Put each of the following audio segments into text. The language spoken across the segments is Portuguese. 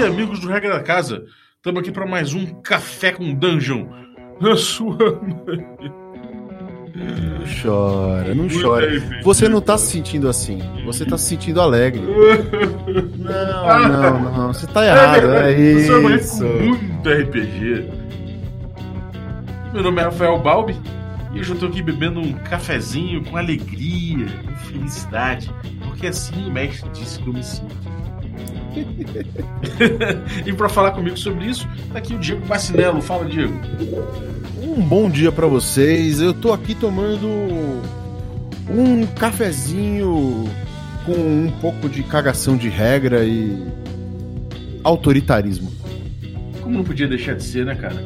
dia, amigos do Regra da Casa. Estamos aqui para mais um Café com Dungeon. A sua mãe. Não chora, não chora. Você não tá se sentindo assim. Você tá se sentindo alegre. Não. Você tá errado. É isso. Com muito RPG. Meu nome é Rafael Balbi. E hoje eu tô aqui bebendo um cafezinho com alegria, com felicidade. Porque assim o mestre disse que eu me sinto. E para falar comigo sobre isso, tá aqui o Diego Bacinello. Fala, Diego. Um bom dia pra vocês. Eu tô aqui tomando um cafezinho com um pouco de cagação de regra e autoritarismo. Como não podia deixar de ser, né, cara?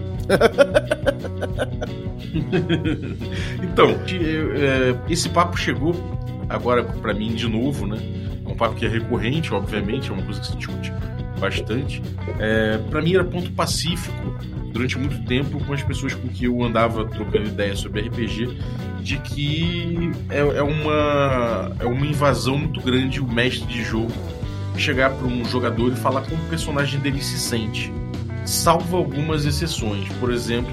Então, esse papo chegou agora pra mim de novo, né? É um papo que é recorrente, obviamente, é uma coisa que se discute bastante. Pra mim era ponto pacífico durante muito tempo com as pessoas com que eu andava trocando ideias sobre RPG, de que é uma invasão muito grande o mestre de jogo chegar para um jogador e falar como o personagem dele se sente, salvo algumas exceções. Por exemplo,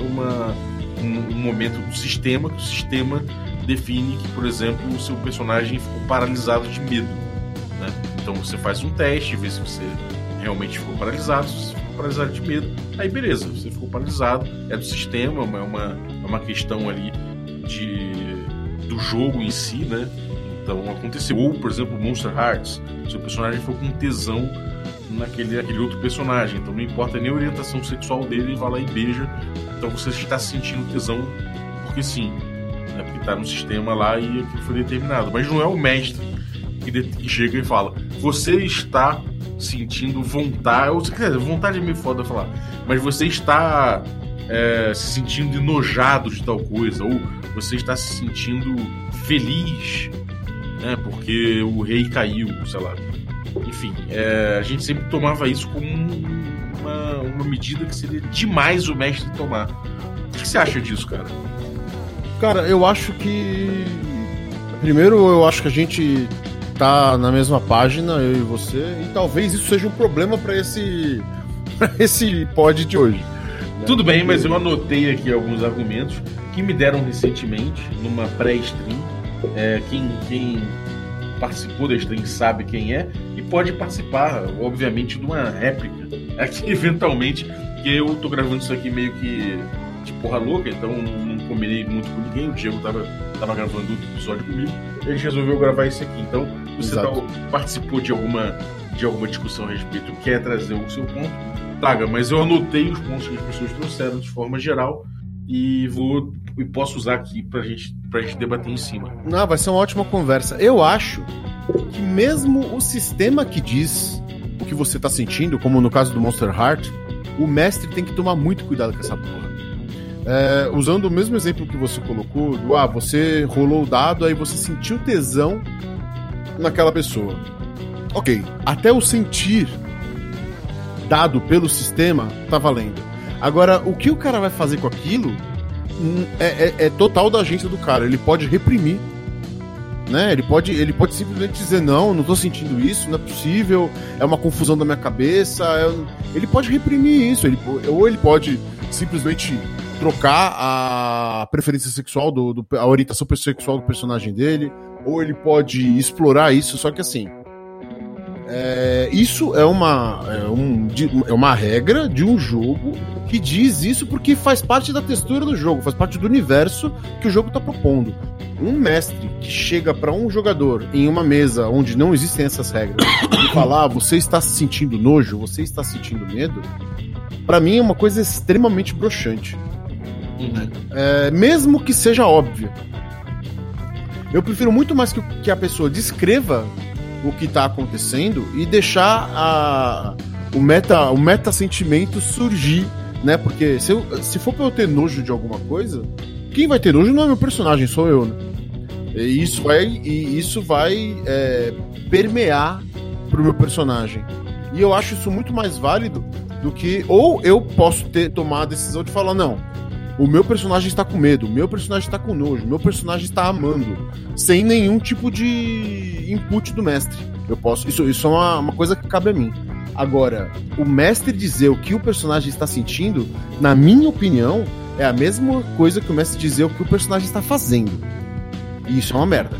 um momento do sistema que o sistema define que, por exemplo, o seu personagem ficou paralisado de medo, né? Então você faz um teste, vê se você realmente ficou paralisado. Se você ficou paralisado de medo, aí beleza, você ficou paralisado, é do sistema, é uma questão ali do jogo em si, né? Então aconteceu. Ou, por exemplo, Monster Hearts, seu personagem ficou com tesão naquele outro personagem, então não importa nem a orientação sexual dele, ele vai lá e beija. Então você está sentindo tesão porque sim, né? Porque está no sistema lá e aquilo foi determinado. Mas não é o mestre que chega e fala: você está sentindo vontade. Vontade é meio foda falar, mas você está se sentindo enojado de tal coisa, ou você está se sentindo feliz, né? Porque o rei caiu, sei lá. Enfim, a gente sempre tomava isso como uma medida que seria demais o mestre tomar. O que você acha disso, cara? Cara, eu acho que... Primeiro, eu acho que a gente tá na mesma página, eu e você, e talvez isso seja um problema pra esse pod de hoje. Tudo bem, mas eu anotei aqui alguns argumentos que me deram recentemente numa pré-stream. Quem participou da stream sabe quem é e pode participar, obviamente, de uma réplica aqui eventualmente, porque eu tô gravando isso aqui meio que de porra louca, então não combinei muito com ninguém. O Diego tava gravando outro episódio comigo, e a gente resolveu gravar esse aqui. Então você participou de alguma discussão a respeito, quer trazer o seu ponto, traga, mas eu anotei os pontos que as pessoas trouxeram de forma geral e posso usar aqui pra gente debater em cima. Não, vai ser uma ótima conversa. Eu acho que mesmo o sistema que diz o que você tá sentindo, como no caso do Monster Heart, o mestre tem que tomar muito cuidado com essa porra. Usando o mesmo exemplo que você colocou, você rolou o dado, aí você sentiu tesão naquela pessoa. Ok, até o sentir dado pelo sistema tá valendo. Agora, o que o cara vai fazer com aquilo é total da agência do cara. Ele pode reprimir, né? Ele pode simplesmente dizer: não tô sentindo isso, não é possível, é uma confusão da minha cabeça. Ele pode reprimir isso, ou ele pode simplesmente trocar a preferência sexual, a orientação sexual do personagem dele, ou ele pode explorar isso. Só que assim, isso é uma regra de um jogo que diz isso porque faz parte da textura do jogo, faz parte do universo que o jogo está propondo. Um mestre que chega para um jogador em uma mesa onde não existem essas regras e falar: você está sentindo nojo, você está sentindo medo, para mim é uma coisa extremamente broxante. Mesmo que seja óbvio. Eu prefiro muito mais que a pessoa descreva o que está acontecendo e deixar o meta-sentimento surgir, né? Porque se for pra eu ter nojo de alguma coisa, quem vai ter nojo não é meu personagem, sou eu, né? E isso vai permear pro meu personagem. E eu acho isso muito mais válido do que... Ou eu posso tomar a decisão de falar: não, o meu personagem está com medo, o meu personagem está com nojo, o meu personagem está amando, sem nenhum tipo de input do mestre. Eu posso... Isso é uma coisa que cabe a mim. Agora, o mestre dizer o que o personagem está sentindo, na minha opinião, é a mesma coisa que o mestre dizer o que o personagem está fazendo. E isso é uma merda.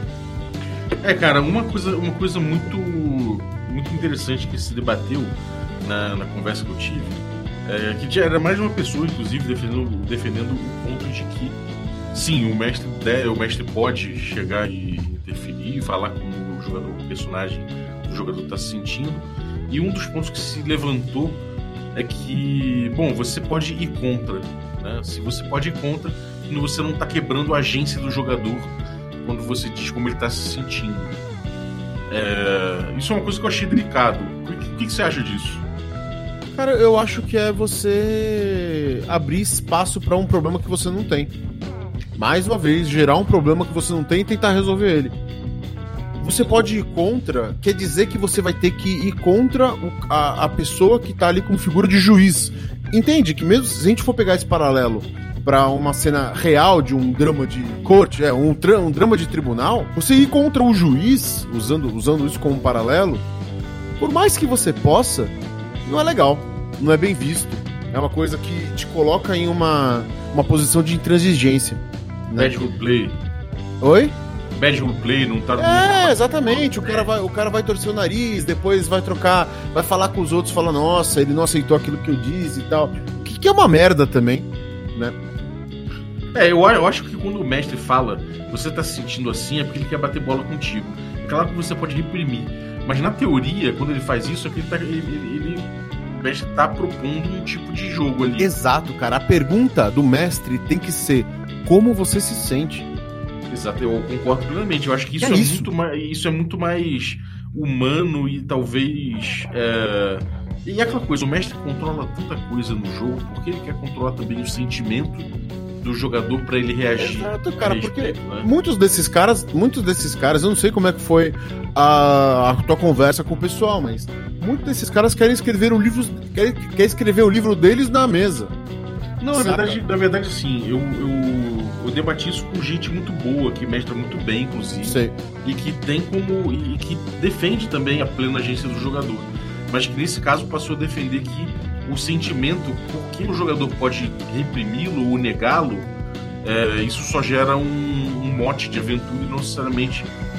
Cara, uma coisa muito, muito interessante que se debateu na conversa que eu tive, que já era mais de uma pessoa, inclusive, defendendo o ponto de que, sim, o mestre pode chegar e interferir, falar como o personagem do jogador está se sentindo. E um dos pontos que se levantou é que, bom, você pode ir contra, né? Se você pode ir contra, você não está quebrando a agência do jogador quando você diz como ele está se sentindo. Isso é uma coisa que eu achei delicado. O que você acha disso? Cara, eu acho que é você abrir espaço para um problema que você não tem. Mais uma vez, gerar um problema que você não tem e tentar resolver ele. Você pode ir contra, quer dizer que você vai ter que ir contra a pessoa que tá ali como figura de juiz. Entende? Que mesmo se a gente for pegar esse paralelo pra uma cena real de um drama de corte, um drama de tribunal, você ir contra o juiz, usando isso como paralelo, por mais que você possa, não é legal, não é bem visto. É uma coisa que te coloca em uma posição de intransigência. Né? Bad roleplay. Oi? Bad roleplay, não tá... exatamente. O cara vai torcer o nariz, depois vai trocar, vai falar com os outros, fala, nossa, ele não aceitou aquilo que eu disse e tal. Que é uma merda também, né? Eu acho que quando o mestre fala, você tá se sentindo assim, é porque ele quer bater bola contigo. É claro que você pode reprimir, mas na teoria, quando ele faz isso, é que o mestre tá propondo um tipo de jogo ali. Exato, cara. A pergunta do mestre tem que ser como você se sente. Exato, eu concordo plenamente. Eu acho que isso é muito mais humano e talvez... E aquela coisa, o mestre controla tanta coisa no jogo, porque ele quer controlar também o sentimento do jogador pra ele reagir. Exato, cara, porque muitos desses caras, eu não sei como é que foi a tua conversa com o pessoal, mas muitos desses caras querem escrever o livro deles na mesa. Não, na verdade sim, eu debati isso com gente muito boa, que mestra muito bem, inclusive. Sei. E que tem como. E que defende também a plena agência do jogador. Mas que nesse caso passou a defender que o sentimento, porque o jogador pode reprimi-lo ou negá-lo, isso só gera um mote de aventura e não necessariamente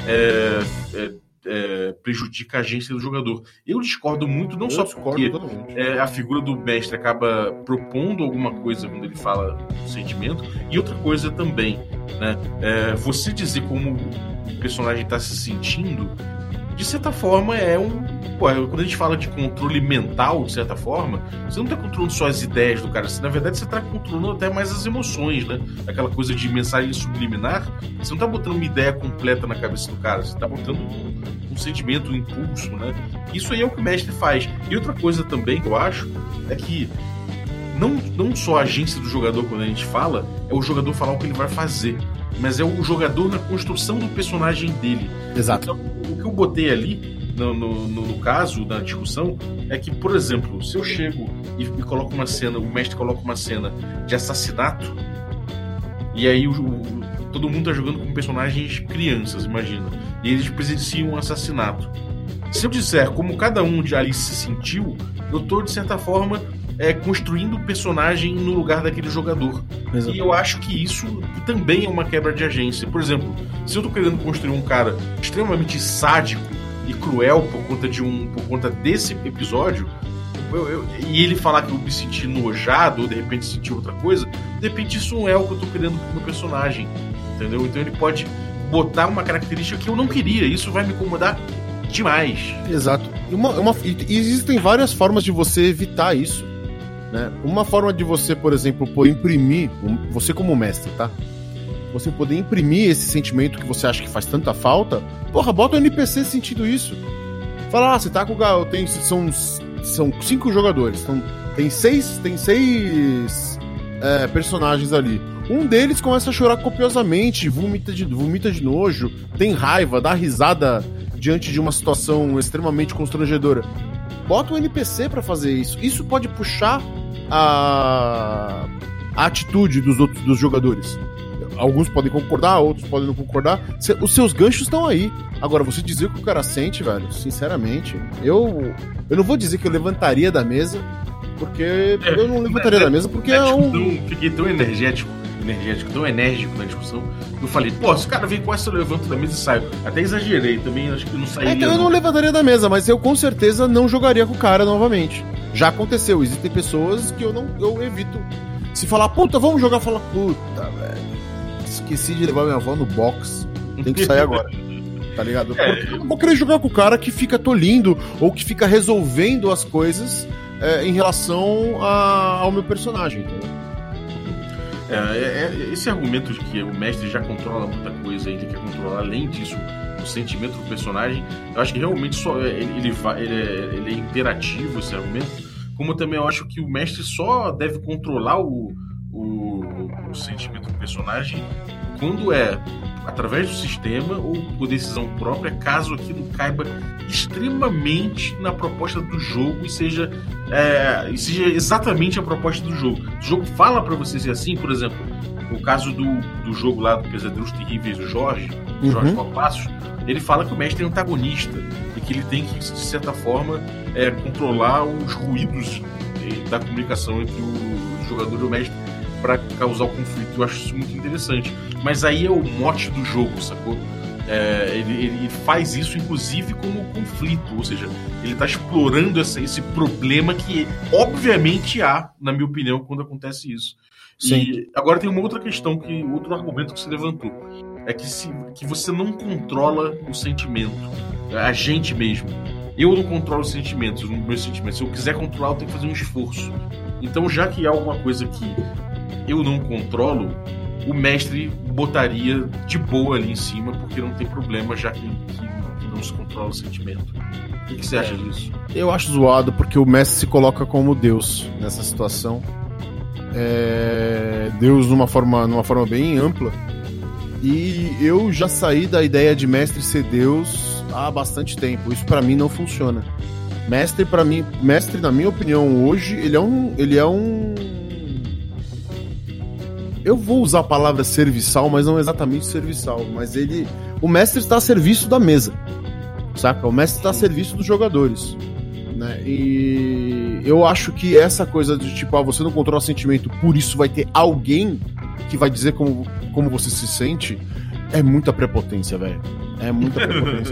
prejudica a agência do jogador. Eu discordo muito, não só porque a figura do mestre acaba propondo alguma coisa quando ele fala do sentimento, e outra coisa também, né? Você dizer como o personagem está se sentindo, de certa forma quando a gente fala de controle mental, de certa forma, você não está controlando só as ideias do cara, na verdade você está controlando até mais as emoções, né? Aquela coisa de mensagem subliminar, você não está botando uma ideia completa na cabeça do cara, você está botando um sentimento, um impulso, né? Isso aí é o que o mestre faz. E outra coisa também que eu acho é que não só a agência do jogador, quando a gente fala, é o jogador falar o que ele vai fazer, mas é o jogador na construção do personagem dele. Exato. Então, o que eu botei ali no caso, na discussão, é que, por exemplo, se eu chego e coloco uma cena, o mestre coloca uma cena de assassinato, e aí todo mundo tá jogando com personagens crianças, imagina, e eles presenciam um assassinato. Se eu disser como cada um de ali se sentiu, eu tô, de certa forma, construindo o personagem no lugar daquele jogador. Exato. E eu acho que isso também é uma quebra de agência. Por exemplo, se eu tô querendo construir um cara extremamente sádico e cruel por conta desse episódio, e ele falar que eu me senti enojado ou de repente senti outra coisa, de repente isso não é o que eu tô querendo pro meu personagem, entendeu? Então ele pode botar uma característica que eu não queria, isso vai me incomodar demais. Exato. E existem várias formas de você evitar isso, né? Uma forma de você, por exemplo, imprimir, você como mestre, tá? Você poder imprimir esse sentimento que você acha que faz tanta falta, bota o NPC sentindo isso. Fala, você tá com o são 5 jogadores, então tem 6 personagens ali. Um deles começa a chorar copiosamente, vomita de nojo, tem raiva, dá risada diante de uma situação extremamente constrangedora. Bota um NPC pra fazer isso. Isso pode puxar a atitude dos jogadores. alguns podem concordar, outros podem não concordar. Os seus ganchos estão aí. Agora, você dizer o que o cara sente, velho, sinceramente, eu não vou dizer que eu levantaria da mesa, porque eu não levantaria da mesa, porque fiquei tão enérgico, tão enérgico na discussão, eu falei, pô, se o cara vem com essa, eu levanto da mesa e saio. Até exagerei também, acho que não sairia. Então eu não levantaria da mesa, mas eu com certeza não jogaria com o cara novamente. Já aconteceu, existem pessoas que eu evito. Se falar, puta, vamos jogar, fala, puta, velho, esqueci de levar minha avó no box, tem que sair agora. Tá ligado? Porque eu não vou querer jogar com o cara que fica tolindo ou que fica resolvendo as coisas em relação ao meu personagem, entendeu? Esse argumento de que o mestre já controla muita coisa e ele quer controlar, além disso, o sentimento do personagem, eu acho que realmente só ele é imperativo, esse argumento, como também eu acho que o mestre só deve controlar o sentimento do personagem quando é através do sistema ou por decisão própria, caso aquilo caiba extremamente na proposta do jogo e seja exatamente a proposta do jogo. O jogo fala pra você ser assim, por exemplo, o caso do jogo lá do Pesadelos Terríveis do Jorge Valpassos, ele fala que o mestre é antagonista e que ele tem que, de certa forma, controlar os ruídos da comunicação entre o jogador e o mestre para causar o conflito. Eu acho isso muito interessante. Mas aí é o mote do jogo, sacou? Ele faz isso, inclusive, como conflito. Ou seja, ele está explorando esse problema que, obviamente, há, na minha opinião, quando acontece isso. Sim. E agora tem uma outra questão, outro argumento que se levantou. É que você não controla o sentimento. A gente mesmo. Eu não controlo os sentimentos, os meus sentimentos. Se eu quiser controlar, eu tenho que fazer um esforço. Então, já que há alguma coisa que eu não controlo, o mestre botaria de boa ali em cima, porque não tem problema, já que não se controla o sentimento. O que você acha disso? Eu acho zoado, porque o mestre se coloca como Deus nessa situação. Deus numa forma bem ampla. E eu já saí da ideia de mestre ser Deus há bastante tempo. Isso pra mim não funciona. Mestre, na minha opinião, hoje, ele é um... Eu vou usar a palavra serviçal, mas não exatamente serviçal. Mas o mestre está a serviço da mesa, saca? O mestre está a serviço dos jogadores, né? E eu acho que essa coisa de tipo, você não controla o sentimento, por isso vai ter alguém que vai dizer como você se sente, é muita prepotência, velho. É muita prepotência.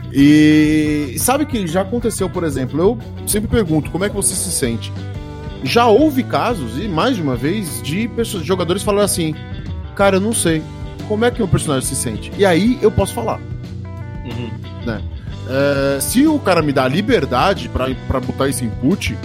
E sabe que já aconteceu, por exemplo, eu sempre pergunto, como é que você se sente? Já houve casos, e mais de uma vez, de jogadores falando assim, cara, eu não sei, como é que o personagem se sente? E aí eu posso falar. Né? Se o cara me dá a liberdade pra botar esse input,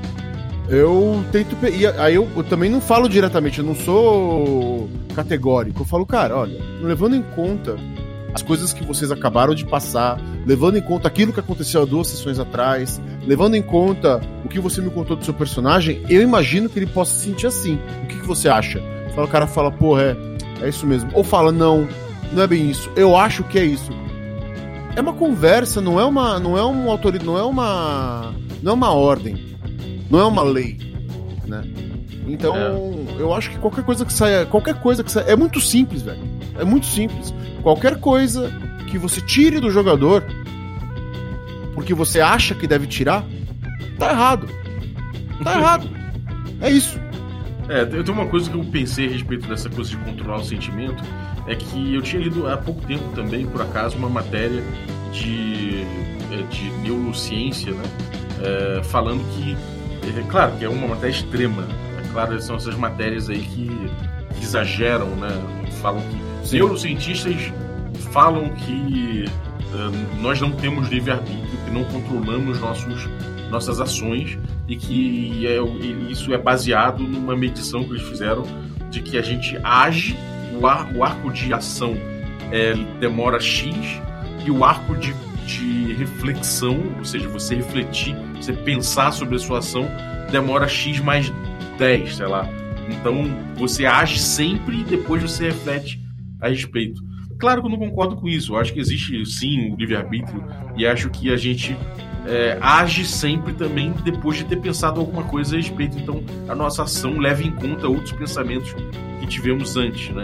eu tento... E aí eu também não falo diretamente, eu não sou categórico. Eu falo, cara, olha, levando em conta as coisas que vocês acabaram de passar, levando em conta aquilo que aconteceu há 2 sessões atrás, levando em conta o que você me contou do seu personagem, eu imagino que ele possa se sentir assim. O que você acha? O cara fala, pô, é isso mesmo. Ou fala, não é bem isso. Eu acho que é isso. É uma conversa, não é uma autoridade, não é uma ordem, não é uma lei, né? Então, eu acho que qualquer coisa que saia, é muito simples, velho. É muito simples. Qualquer coisa que você tire do jogador porque você acha que deve tirar, tá errado. Tá errado. É isso. Eu tenho uma coisa que eu pensei a respeito dessa coisa de controlar o sentimento, é que eu tinha lido há pouco tempo também, por acaso, uma matéria de neurociência, né? Falando que, claro, que é uma matéria extrema. Claro, são essas matérias aí que exageram, né? Falam que neurocientistas falam que nós não temos livre-arbítrio, que não controlamos nossas ações e que isso é baseado numa medição que eles fizeram de que a gente age, o arco de ação demora X e o arco de reflexão, ou seja, você refletir, você pensar sobre a sua ação, demora X mais 10, sei lá. Então você age sempre e depois você reflete a respeito. Claro que eu não concordo com isso. Eu acho que existe sim o livre-arbítrio e acho que a gente age sempre também depois de ter pensado alguma coisa a respeito. Então a nossa ação leva em conta outros pensamentos que tivemos antes, né?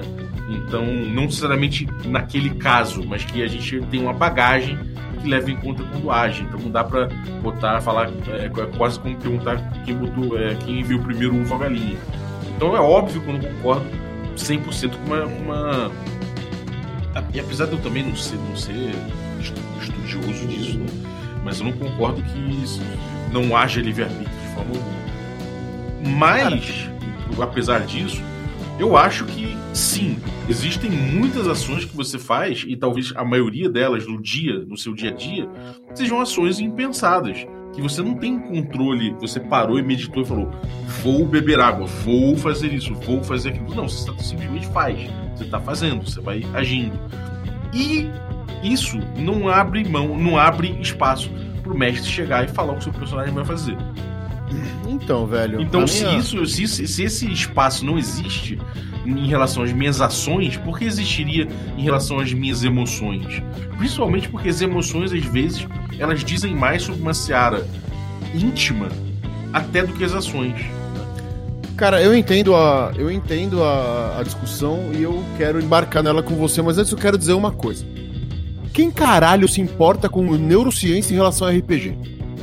Então, não necessariamente naquele caso, mas que a gente tem uma bagagem que leva em conta quando age. Então não dá pra falar, quase como perguntar quem viu primeiro o ovo ou a galinha. Então é óbvio que eu não concordo 100% com uma... E apesar de eu também não ser estudioso disso, né? Mas eu não concordo que não haja livre-arbítrio de forma alguma. Mas, apesar disso, eu acho que sim, existem muitas ações que você faz, e talvez a maioria delas no seu dia a dia, sejam ações impensadas, que você não tem controle. Você parou e meditou e falou: vou beber água, vou fazer isso, vou fazer aquilo. Não, você simplesmente faz. Você está fazendo, você vai agindo. E isso não abre mão, não abre espaço pro mestre chegar e falar o que o seu personagem vai fazer. Então, velho... Então, se esse espaço não existe em relação às minhas ações, por que existiria em relação às minhas emoções? Principalmente porque as emoções, às vezes, elas dizem mais sobre uma seara íntima até do que as ações. Cara, eu entendo a discussão e eu quero embarcar nela com você, mas antes eu quero dizer uma coisa. Quem caralho se importa com neurociência em relação a RPG?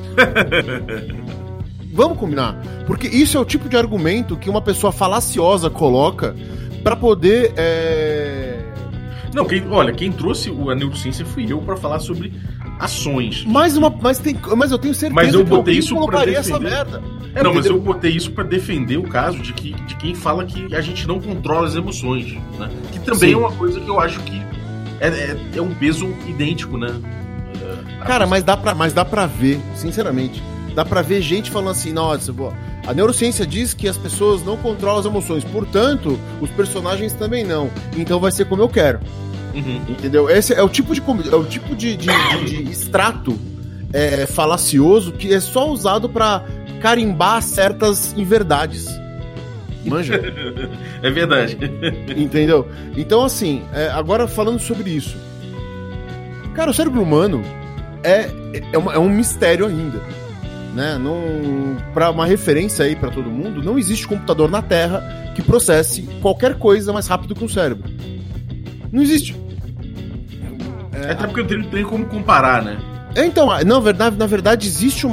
Vamos combinar? Porque isso é o tipo de argumento que uma pessoa falaciosa coloca pra poder... Não, quem trouxe a neurociência fui eu pra falar sobre ações. Mas eu tenho certeza mas eu botei isso pra defender essa merda. Não, mas eu botei isso pra defender o caso de quem fala que a gente não controla as emoções, né? Que também Sim. É uma coisa que eu acho que é um peso idêntico, né? Cara, mas dá pra ver, sinceramente. Dá pra ver gente falando assim: nossa, a neurociência diz que as pessoas não controlam as emoções, portanto, os personagens também não. Então vai ser como eu quero. Uhum. Entendeu? Esse é o tipo de extrato falacioso que é só usado pra carimbar certas inverdades. Manja? É verdade. Entendeu? Então, assim, agora falando sobre isso. Cara, o cérebro humano é um mistério ainda. Né? Para uma referência aí para todo mundo, não existe computador na Terra que processe qualquer coisa mais rápido que um cérebro. Não existe. Até porque eu não tenho como comparar, né? Então, na verdade existe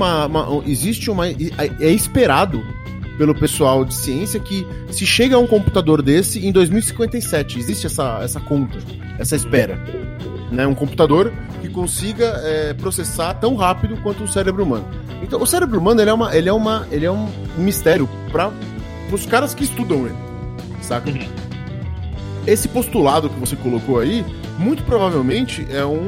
é esperado pelo pessoal de ciência que se chega a um computador desse em 2057. Existe essa conta, essa espera. Né? Um computador que consiga processar tão rápido quanto o cérebro humano. Então, o cérebro humano ele é um mistério para os caras que estudam ele, saca? Uhum. Esse postulado que você colocou aí, muito provavelmente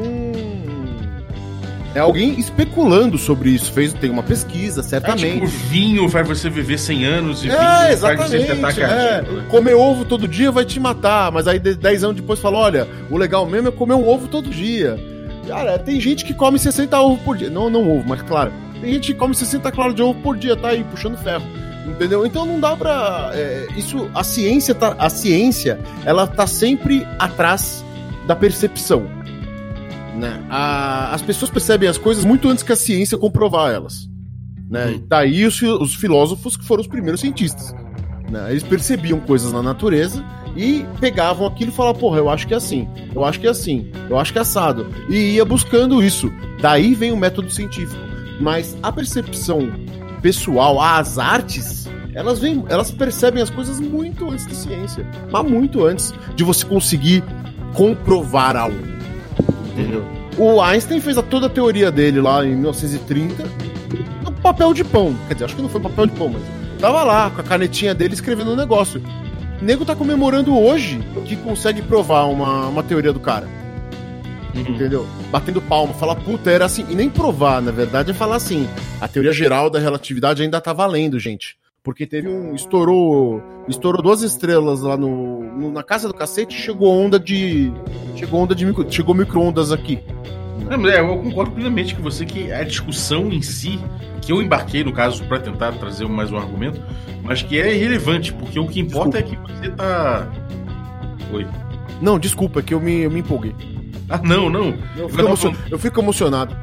é alguém especulando sobre isso. Tem uma pesquisa, certamente. Tipo, vinho faz você viver 100 anos e vinho faz você tentar comer ovo todo dia vai te matar, mas aí 10 anos depois fala: olha, o legal mesmo é comer um ovo todo dia. Cara, tem gente que come 60 ovos por dia. Não ovo, mas claro. Tem gente que come 60 claras de ovo por dia, tá aí, puxando ferro. Entendeu? Então não dá pra... a ciência, ela tá sempre atrás da percepção. Né? As pessoas percebem as coisas muito antes que a ciência comprovar elas. Né? E daí os filósofos que foram os primeiros cientistas. Né? Eles percebiam coisas na natureza e pegavam aquilo e falavam: porra, eu acho que é assim, eu acho que é assim, eu acho que é assado. E ia buscando isso. Daí vem o método científico. Mas a percepção pessoal, as artes, elas percebem as coisas muito antes da ciência. Mas muito antes de você conseguir comprovar algo. Entendeu? O Einstein fez toda a teoria dele lá em 1930 no papel de pão. Quer dizer, acho que não foi papel de pão, mas tava lá com a canetinha dele escrevendo um negócio. O nego tá comemorando hoje que consegue provar uma teoria do cara. Entendeu? Batendo palma, falar: puta, era assim. E nem provar, na verdade, é falar assim: a teoria geral da relatividade ainda tá valendo, gente. Porque teve estourou 2 estrelas lá na casa do cacete e chegou micro-ondas aqui. Eu concordo plenamente com você que a discussão em si, que eu embarquei no caso para tentar trazer mais um argumento, mas que é irrelevante, porque o que importa é que você tá... Oi? Não, desculpa, é que eu me empolguei. Não. Eu fico emocionado.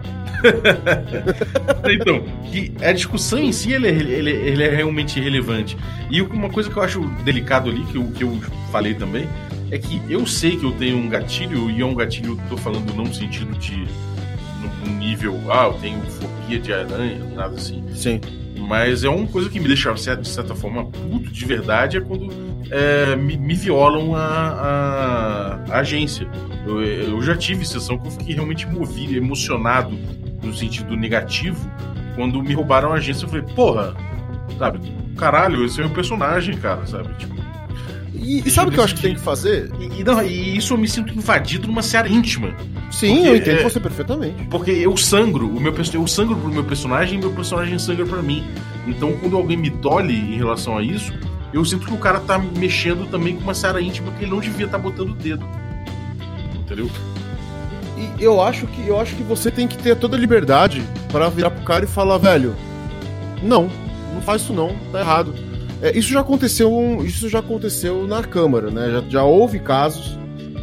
Então, que a discussão em si ele é realmente irrelevante. E uma coisa que eu acho delicado ali, que eu falei também, é que eu sei que eu tenho um gatilho, e é um gatilho que eu tô falando não no sentido de no nível, eu tenho fobia de aranha, nada assim. Sim. Mas é uma coisa que me deixa, de certa forma, puto de verdade, é quando me violam a agência. Eu já tive sessão que eu fiquei realmente movido, emocionado, no sentido negativo, quando me roubaram a agência. Eu falei, porra, sabe, caralho, esse é o meu personagem, cara, sabe, tipo... E sabe o que eu acho que tem que fazer? E isso eu me sinto invadido numa seara íntima. Sim, porque, eu entendo você perfeitamente. Porque eu sangro, eu sangro pro meu personagem e meu personagem sangra pra mim. Então, quando alguém me tolhe em relação a isso, eu sinto que o cara tá mexendo também com uma seara íntima que ele não devia estar botando o dedo. Entendeu? E eu acho que você tem que ter toda a liberdade pra virar pro cara e falar, velho, não faz isso não, tá errado. Isso já aconteceu na Câmara, né? Já houve casos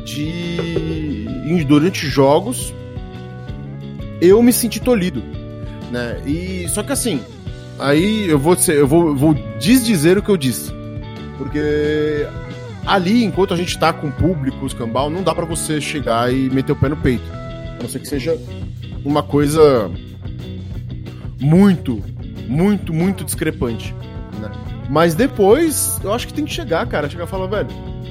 durante jogos eu me senti tolhido, né? Só que assim, aí eu vou desdizer o que eu disse, porque ali, enquanto a gente tá com o público, o escambau, não dá pra você chegar e meter o pé no peito, a não ser que seja uma coisa muito, muito, muito discrepante, né? Mas depois, eu acho que tem que chegar, cara. Chegar e falar, velho,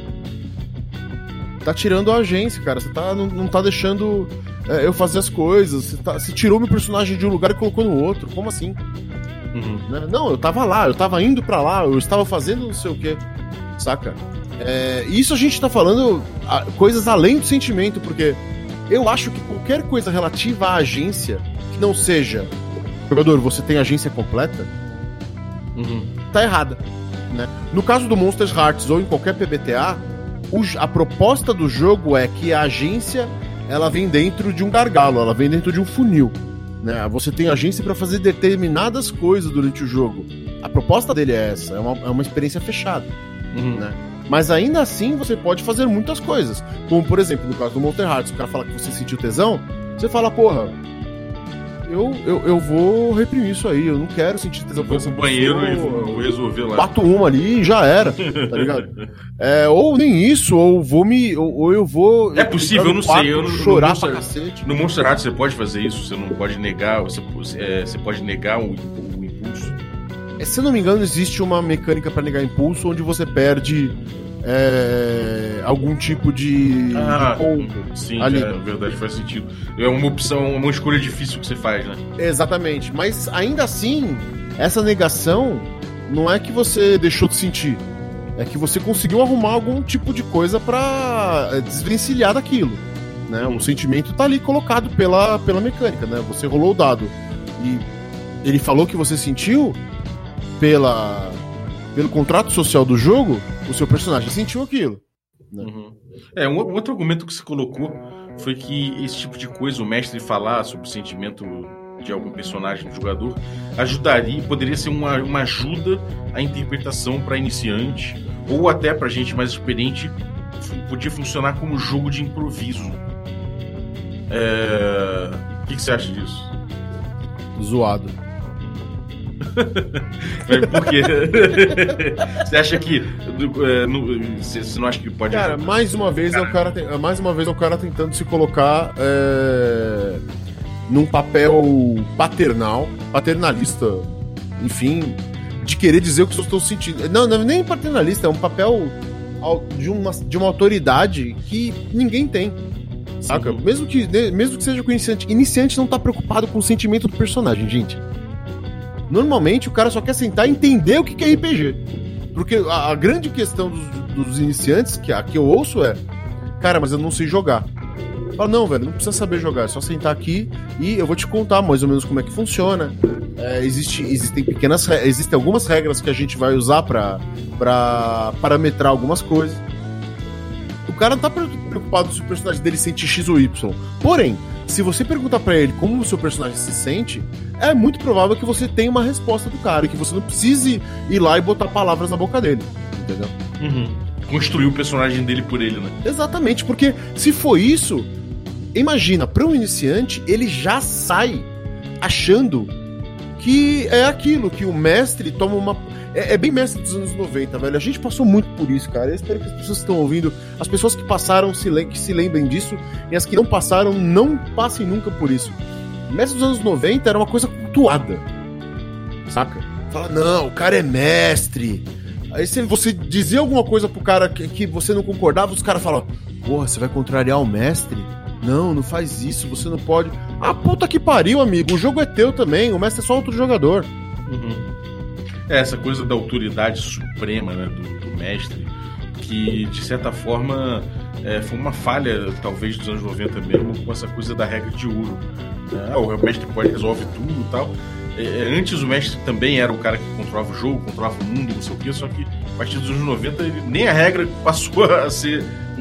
tá tirando a agência, cara. Você não tá deixando eu fazer as coisas. Você tirou meu personagem de um lugar e colocou no outro. Como assim? Uhum. Não, eu tava lá, eu tava indo pra lá, eu estava fazendo não sei o quê. Saca? Isso a gente tá falando coisas além do sentimento, porque eu acho que qualquer coisa relativa à agência, que não seja, jogador, você tem agência completa, tá errada, né? No caso do Monster Hearts ou em qualquer PBTA, a proposta do jogo é que a agência ela vem dentro de um gargalo, ela vem dentro de um funil, né? Você tem agência para fazer determinadas coisas durante o jogo. A proposta dele é essa, é uma experiência fechada, né? Mas ainda assim você pode fazer muitas coisas, como por exemplo no caso do Monster Hearts, o cara fala que você sentiu tesão, você fala, porra, eu vou reprimir isso aí, eu não quero sentir tesão por essa pessoa. Banheiro e vou resolver lá. Bato uma ali e já era, tá ligado? Ou nem isso, ou eu vou... É possível, eu não sei. Chorar pra cacete. No Monster Hearts você pode fazer isso, você não pode negar, você pode negar o impulso. Se eu não me engano, existe uma mecânica pra negar impulso, onde você perde algum tipo de ponto. Sim, ali. Na verdade faz sentido. É uma opção, uma escolha difícil que você faz, né? Exatamente, mas ainda assim, essa negação não é que você deixou de sentir, é que você conseguiu arrumar algum tipo de coisa pra desvencilhar daquilo, né? O sentimento tá ali colocado pela mecânica, né? Você rolou o dado e ele falou que você sentiu pelo contrato social do jogo, o seu personagem sentiu aquilo, né? Um outro argumento que se colocou foi que esse tipo de coisa, o mestre falar sobre o sentimento de algum personagem do jogador, poderia ser uma ajuda à interpretação para iniciante, ou até para gente mais experiente, podia funcionar como jogo de improviso. O que você acha disso? Zoado. Por quê? Você acha que você não acha que pode... Cara, mais uma vez é o cara tentando se colocar num papel paternalista, enfim, de querer dizer o que eu estou sentindo. Não é nem paternalista, é um papel de uma autoridade que ninguém tem, saca? Mesmo que seja com o iniciante não tá preocupado com o sentimento do personagem, gente. Normalmente o cara só quer sentar e entender o que é RPG. Porque a grande questão dos iniciantes que eu ouço é: cara, mas eu não sei jogar. Eu falo, não, velho, não precisa saber jogar, é só sentar aqui e eu vou te contar mais ou menos como é que funciona. Existem algumas regras que a gente vai usar pra parametrar algumas coisas. O cara não tá preocupado se o personagem dele sente X ou Y. Porém, se você perguntar pra ele como o seu personagem se sente, é muito provável que você tenha uma resposta do cara, e que você não precise ir lá e botar palavras na boca dele, entendeu? Construir o personagem dele por ele, né? Exatamente, porque se for isso, imagina, pra um iniciante, ele já sai achando que é aquilo, que o mestre toma uma... É bem mestre dos anos 90, velho. A gente passou muito por isso, cara. Eu espero que as pessoas que estão ouvindo, as pessoas que passaram, que se lembrem disso, e as que não passaram, não passem nunca por isso. Mestre dos anos 90 era uma coisa cultuada, saca? Fala, não, o cara é mestre. Aí você dizia alguma coisa pro cara que você não concordava, os caras falam, porra, você vai contrariar o mestre? Não faz isso, você não pode. Ah, puta que pariu, amigo, o jogo é teu também, o mestre é só outro jogador. Essa coisa da autoridade suprema, né, do mestre, que de certa forma foi uma falha, talvez, dos anos 90 mesmo, com essa coisa da regra de ouro. O mestre pode resolver tudo e tal. Antes o mestre também era o cara que controlava o jogo, controlava o mundo, não sei o quê, só que a partir dos anos 90 nem a regra passou a ser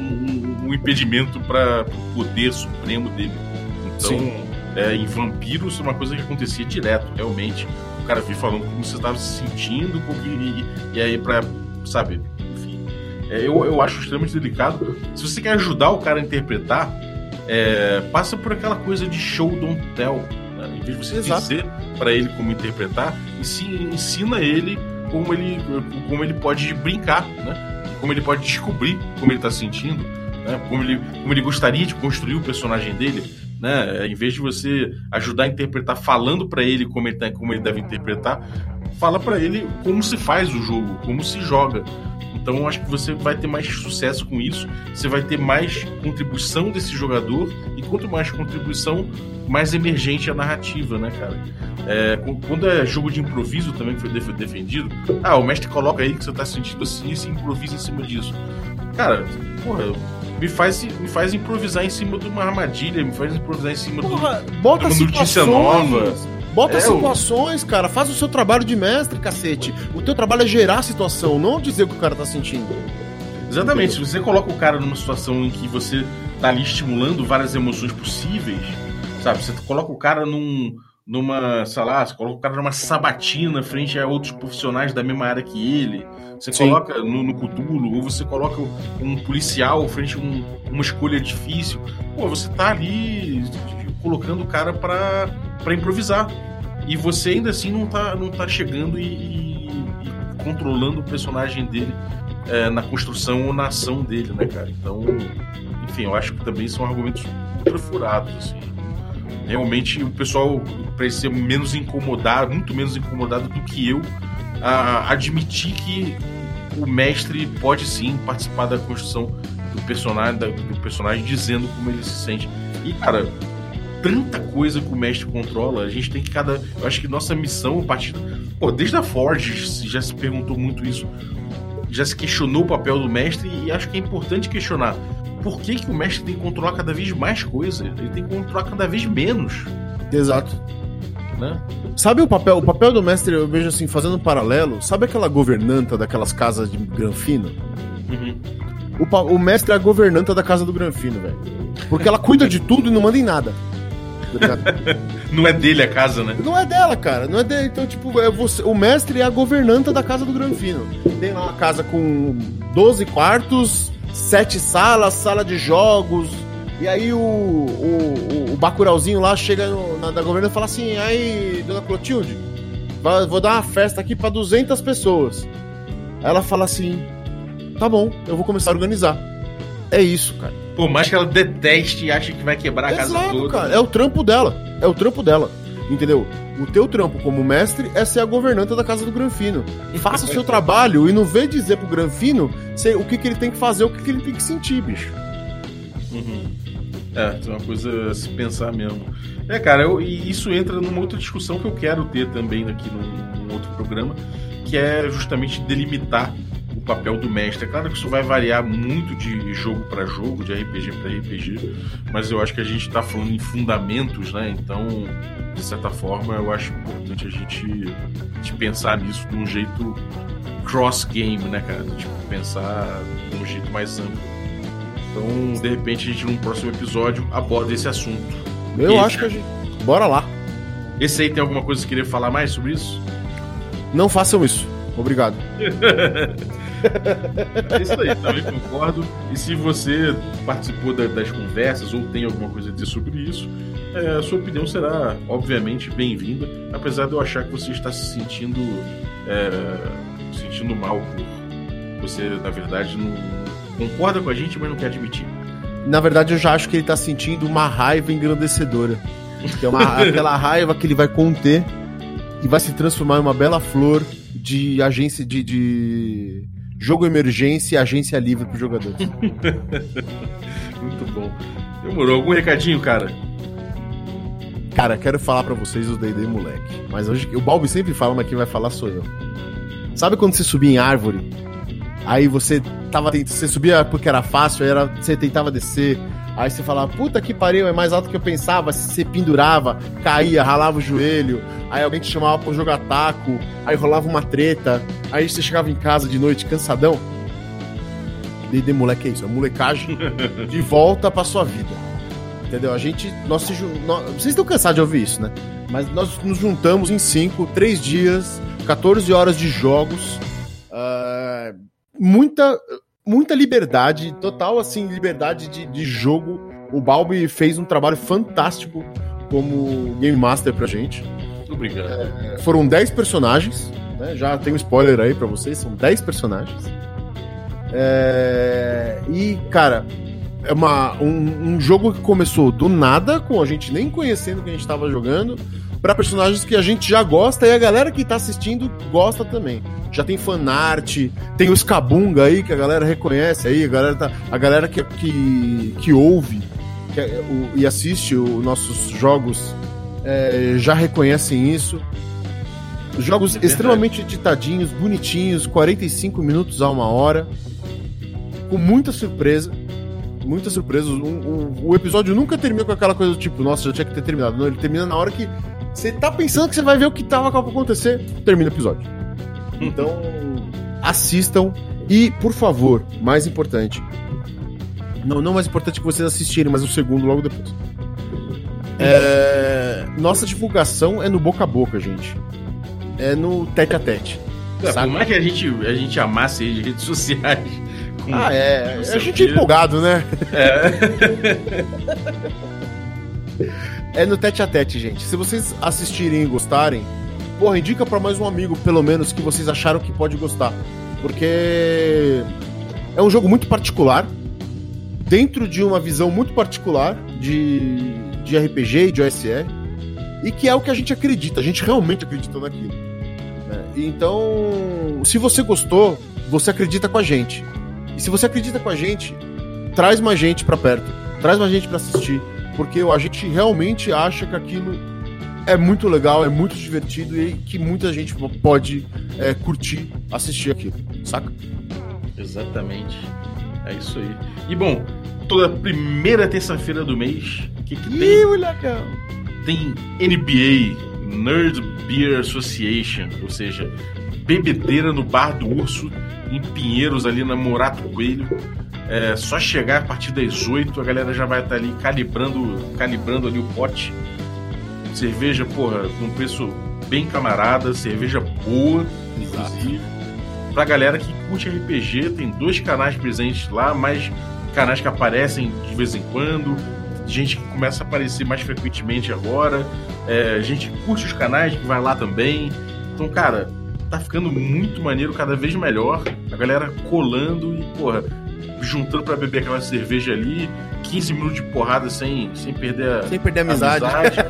um impedimento para o poder supremo dele. Então, em Vampiros, uma coisa que acontecia direto, realmente. O cara vir falando como você estava se sentindo, e aí sabe, enfim. Eu acho extremamente delicado. Se você quer ajudar o cara a interpretar, passa por aquela coisa de show don't tell. Em vez de você dizer para ele como interpretar, ensina ele como ele pode brincar, né? Como ele pode descobrir como ele está sentindo, né? Como ele gostaria de construir o personagem dele, né? Em vez de você ajudar a interpretar falando para ele como ele deve interpretar, fala para ele como se faz o jogo, como se joga. Então eu acho que você vai ter mais sucesso com isso, você vai ter mais contribuição desse jogador, e quanto mais contribuição, mais emergente a narrativa, né, cara? Quando é jogo de improviso também, que foi defendido, o mestre coloca aí que você tá sentindo assim e se improvisa em cima disso. Cara, porra, me faz improvisar em cima de uma armadilha, me faz improvisar em cima de uma notícia nova. Bota situações, cara. Faz o seu trabalho de mestre, cacete. O teu trabalho é gerar a situação, não dizer o que o cara tá sentindo. Exatamente. Se você coloca o cara numa situação em que você tá ali estimulando várias emoções possíveis, sabe? Você coloca o cara numa, sei lá, você coloca o cara numa sabatina frente a outros profissionais da mesma área que ele. Você coloca no Cthulhu, ou você coloca um policial frente a uma escolha difícil. Pô, você tá ali colocando o cara pra improvisar. E você ainda assim não tá chegando e controlando o personagem dele na construção ou na ação dele, né, cara? Então, enfim, eu acho que também são argumentos ultra furados, assim. Realmente o pessoal parece ser menos incomodado, muito menos incomodado do que eu, a admitir que o mestre pode sim participar da construção do personagem dizendo como ele se sente. E, cara, tanta coisa que o mestre controla, a gente tem que eu acho que nossa missão, desde a Forge já se perguntou muito isso, já se questionou o papel do mestre, e acho que é importante questionar por que o mestre tem que controlar cada vez mais coisa, ele tem que controlar cada vez menos. Exato. Né? Sabe o papel do mestre, eu vejo assim, fazendo um paralelo, sabe aquela governanta daquelas casas de Granfino? O mestre é a governanta da casa do Granfino, velho. Porque ela cuida de tudo e não manda em nada. Não é dele a casa, né? Não é dela, cara. Não é dele. Então, tipo, o mestre é a governanta da casa do Granfino. Tem lá uma casa com 12 quartos, 7 salas, sala de jogos. E aí o Bacurauzinho lá chega da governanta e fala assim: aí, dona Clotilde, vou dar uma festa aqui pra 200 pessoas. Aí ela fala assim: tá bom, eu vou começar a organizar. É isso, cara. Por mais que ela deteste e ache que vai quebrar a casa toda. Cara, é o trampo dela. É o trampo dela. Entendeu? O teu trampo como mestre é ser a governanta da casa do Granfino. Faça o seu trabalho e não vê dizer pro Granfino o que ele tem que fazer, o que ele tem que sentir, bicho. É uma coisa a se pensar mesmo. Cara, e isso entra numa outra discussão que eu quero ter também aqui num outro programa, que é justamente delimitar o papel do mestre. É claro que isso vai variar muito de jogo para jogo, de RPG para RPG, mas eu acho que a gente está falando em fundamentos, né? Então, de certa forma, eu acho importante a gente pensar nisso de um jeito cross-game, né, cara? Tipo, pensar de um jeito mais amplo. Então, de repente, a gente, num próximo episódio, aborda esse assunto. Eu acho que a gente... Bora lá. Esse aí tem alguma coisa que você queria falar mais sobre isso? Não façam isso. Obrigado. É isso aí, também concordo. E se você participou das conversas ou tem alguma coisa a dizer sobre isso, a sua opinião será, obviamente, bem-vinda, apesar de eu achar que você está se sentindo sentindo mal por você, na verdade, não concorda com a gente, mas não quer admitir. Na verdade, eu já acho que ele tá sentindo uma raiva engrandecedora. Que é aquela raiva que ele vai conter e vai se transformar em uma bela flor de agência de jogo emergência e agência livre para os jogadores. Muito bom. Demorou. Algum recadinho, cara? Cara, quero falar pra vocês o D&D moleque. Mas hoje o Balbi sempre fala, mas quem vai falar sou eu. Sabe quando você subia em árvore? Aí você subia porque era fácil, aí você tentava descer. Aí você falava, puta que pariu, é mais alto do que eu pensava. Você pendurava, caía, ralava o joelho. Aí alguém te chamava pra jogar taco. Aí rolava uma treta. Aí você chegava em casa de noite cansadão. D&D moleque é isso, é molecagem de volta pra sua vida. Entendeu? Vocês estão cansados de ouvir isso, né? Mas nós nos juntamos em 3 dias, 14 horas de jogos. Muita liberdade, total assim, liberdade de jogo. O Balbi fez um trabalho fantástico como Game Master pra gente. Obrigado. Foram 10 personagens, né? Já tem um spoiler aí pra vocês, são 10 personagens. E, cara, é um jogo que começou do nada, com a gente nem conhecendo o que a gente tava jogando, pra personagens que a gente já gosta e a galera que tá assistindo gosta também. Já tem fanart, tem o Scabunga aí, que a galera reconhece aí, a galera que ouve e assiste os nossos jogos já reconhecem isso. Jogos extremamente editadinhos, bonitinhos, 45 minutos a 1 hora, com muita surpresa. Muitas surpresas. O episódio nunca termina com aquela coisa do tipo, nossa, já tinha que ter terminado. Não, ele termina na hora que você tá pensando que você vai ver o que tava pra acontecer, termina o episódio. Então, assistam e, por favor, mais importante, não mais importante que vocês assistirem, mas o segundo logo depois. Nossa divulgação é no boca a boca, gente. É no tete a tete. Por mais que a gente amasse as redes sociais. A gente é empolgado, né? É no tete a tete, gente. Se vocês assistirem e gostarem, porra, indica pra mais um amigo, pelo menos, que vocês acharam que pode gostar. Porque é um jogo muito particular, dentro de uma visão muito particular de RPG e de OSR, e que é o que a gente acredita. A gente realmente acredita naquilo. Então, se você gostou, você acredita com a gente. E se você acredita com a gente, traz mais gente pra perto, traz mais gente pra assistir, porque a gente realmente acha que aquilo é muito legal, é muito divertido e que muita gente pode curtir, assistir aquilo, saca? Exatamente, é isso aí. E bom, toda primeira terça-feira do mês, o que tem? Legal. Tem NBA, Nerd Beer Association, ou seja, bebedeira no Bar do Urso, em Pinheiros, ali na Morato Coelho. É só chegar a partir das 8, a galera já vai estar ali calibrando ali o pote. Cerveja, porra, com preço bem camarada, cerveja boa, inclusive. Pra galera que curte RPG, tem 2 canais presentes lá, mais canais que aparecem de vez em quando, gente que começa a aparecer mais frequentemente agora, gente que curte os canais que vai lá também. Então, cara, tá ficando muito maneiro, cada vez melhor. A galera colando e, porra, juntando pra beber aquela cerveja ali, 15 minutos de porrada sem perder a amizade.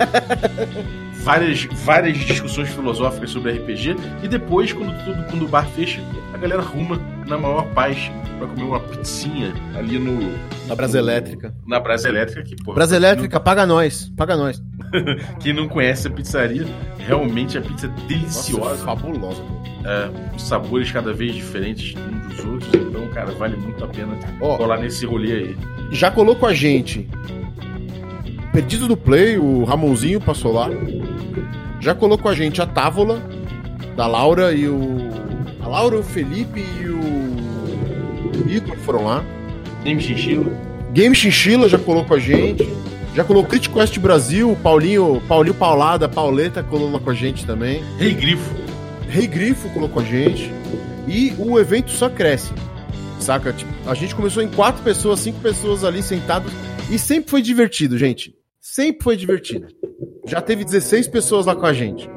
Várias discussões filosóficas sobre RPG. E depois, quando o bar fecha, a galera arruma na maior paz pra comer uma pizzinha ali na Brasa Elétrica. Na Brasa Elétrica, que, porra. Brasa Elétrica, paga nós. Quem não conhece a pizzaria, realmente a pizza é deliciosa. Nossa, fabulosa. Os sabores cada vez diferentes uns dos outros. Então, cara, vale muito a pena colar nesse rolê aí. Já colou com a gente Perdido do Play, o Ramonzinho passou lá. Já colou com a gente a Távola, da Laura e a Laura, o Felipe e o Igor foram lá. Game Chinchilla já colou com a gente. Já colou Critic Quest Brasil, o Paulinho Paulada, Pauleta colou lá com a gente também. Rei Grifo colou com a gente. E o evento só cresce, saca? Tipo, a gente começou em 4 pessoas, 5 pessoas ali sentadas. E sempre foi divertido, gente. Sempre foi divertido. Já teve 16 pessoas lá com a gente.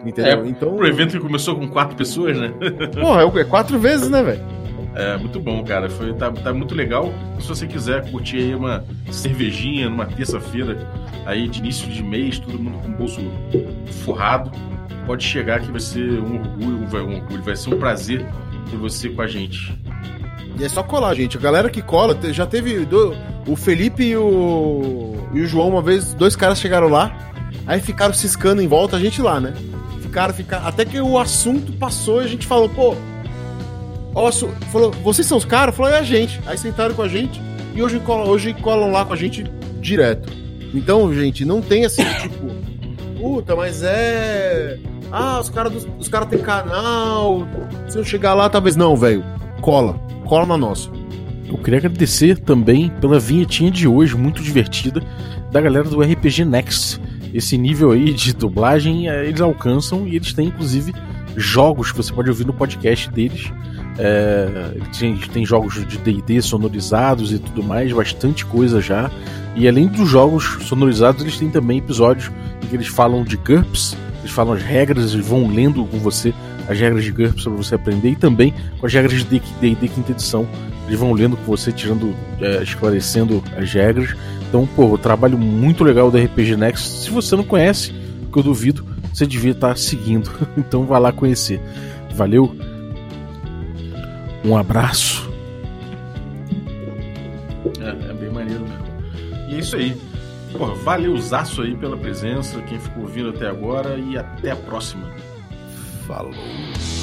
Entendeu? Então, pro evento que começou com 4 pessoas, né? Porra, é 4 vezes, né, velho? É, muito bom, cara. Tá muito legal. Se você quiser curtir aí uma cervejinha numa terça-feira, aí de início de mês, todo mundo com o bolso forrado, pode chegar que vai ser um orgulho, vai ser um prazer ter você com a gente. E é só colar, gente. A galera que cola, já teve o Felipe e o João uma vez, 2 caras chegaram lá, aí ficaram ciscando em volta, a gente lá, né? Ficaram, até que o assunto passou e a gente falou, pô, falou, vocês são os caras? Falou, é a gente. Aí sentaram com a gente e hoje colam lá com a gente direto. Então, gente, não tem assim, tipo, puta, mas os caras têm canal, se eu chegar lá, talvez não, velho. Cola na nossa. Eu queria agradecer também pela vinhetinha de hoje, muito divertida, da galera do RPG Next. Esse nível aí de dublagem eles alcançam e eles têm inclusive jogos que você pode ouvir no podcast deles. Tem jogos de D&D sonorizados e tudo mais, bastante coisa já. E além dos jogos sonorizados, eles têm também episódios em que eles falam de GURPS, eles falam as regras e vão lendo com você as regras de GURPS para você aprender, e também com as regras de D&D quinta edição. Eles vão lendo com você, esclarecendo as regras. Então, o trabalho muito legal do RPG Next. Se você não conhece, que eu duvido, você devia estar seguindo. Então vai lá conhecer. Valeu. Um abraço. É bem maneiro mesmo. E é isso aí. Valeuzaço aí pela presença, quem ficou ouvindo até agora, e até a próxima. Falou.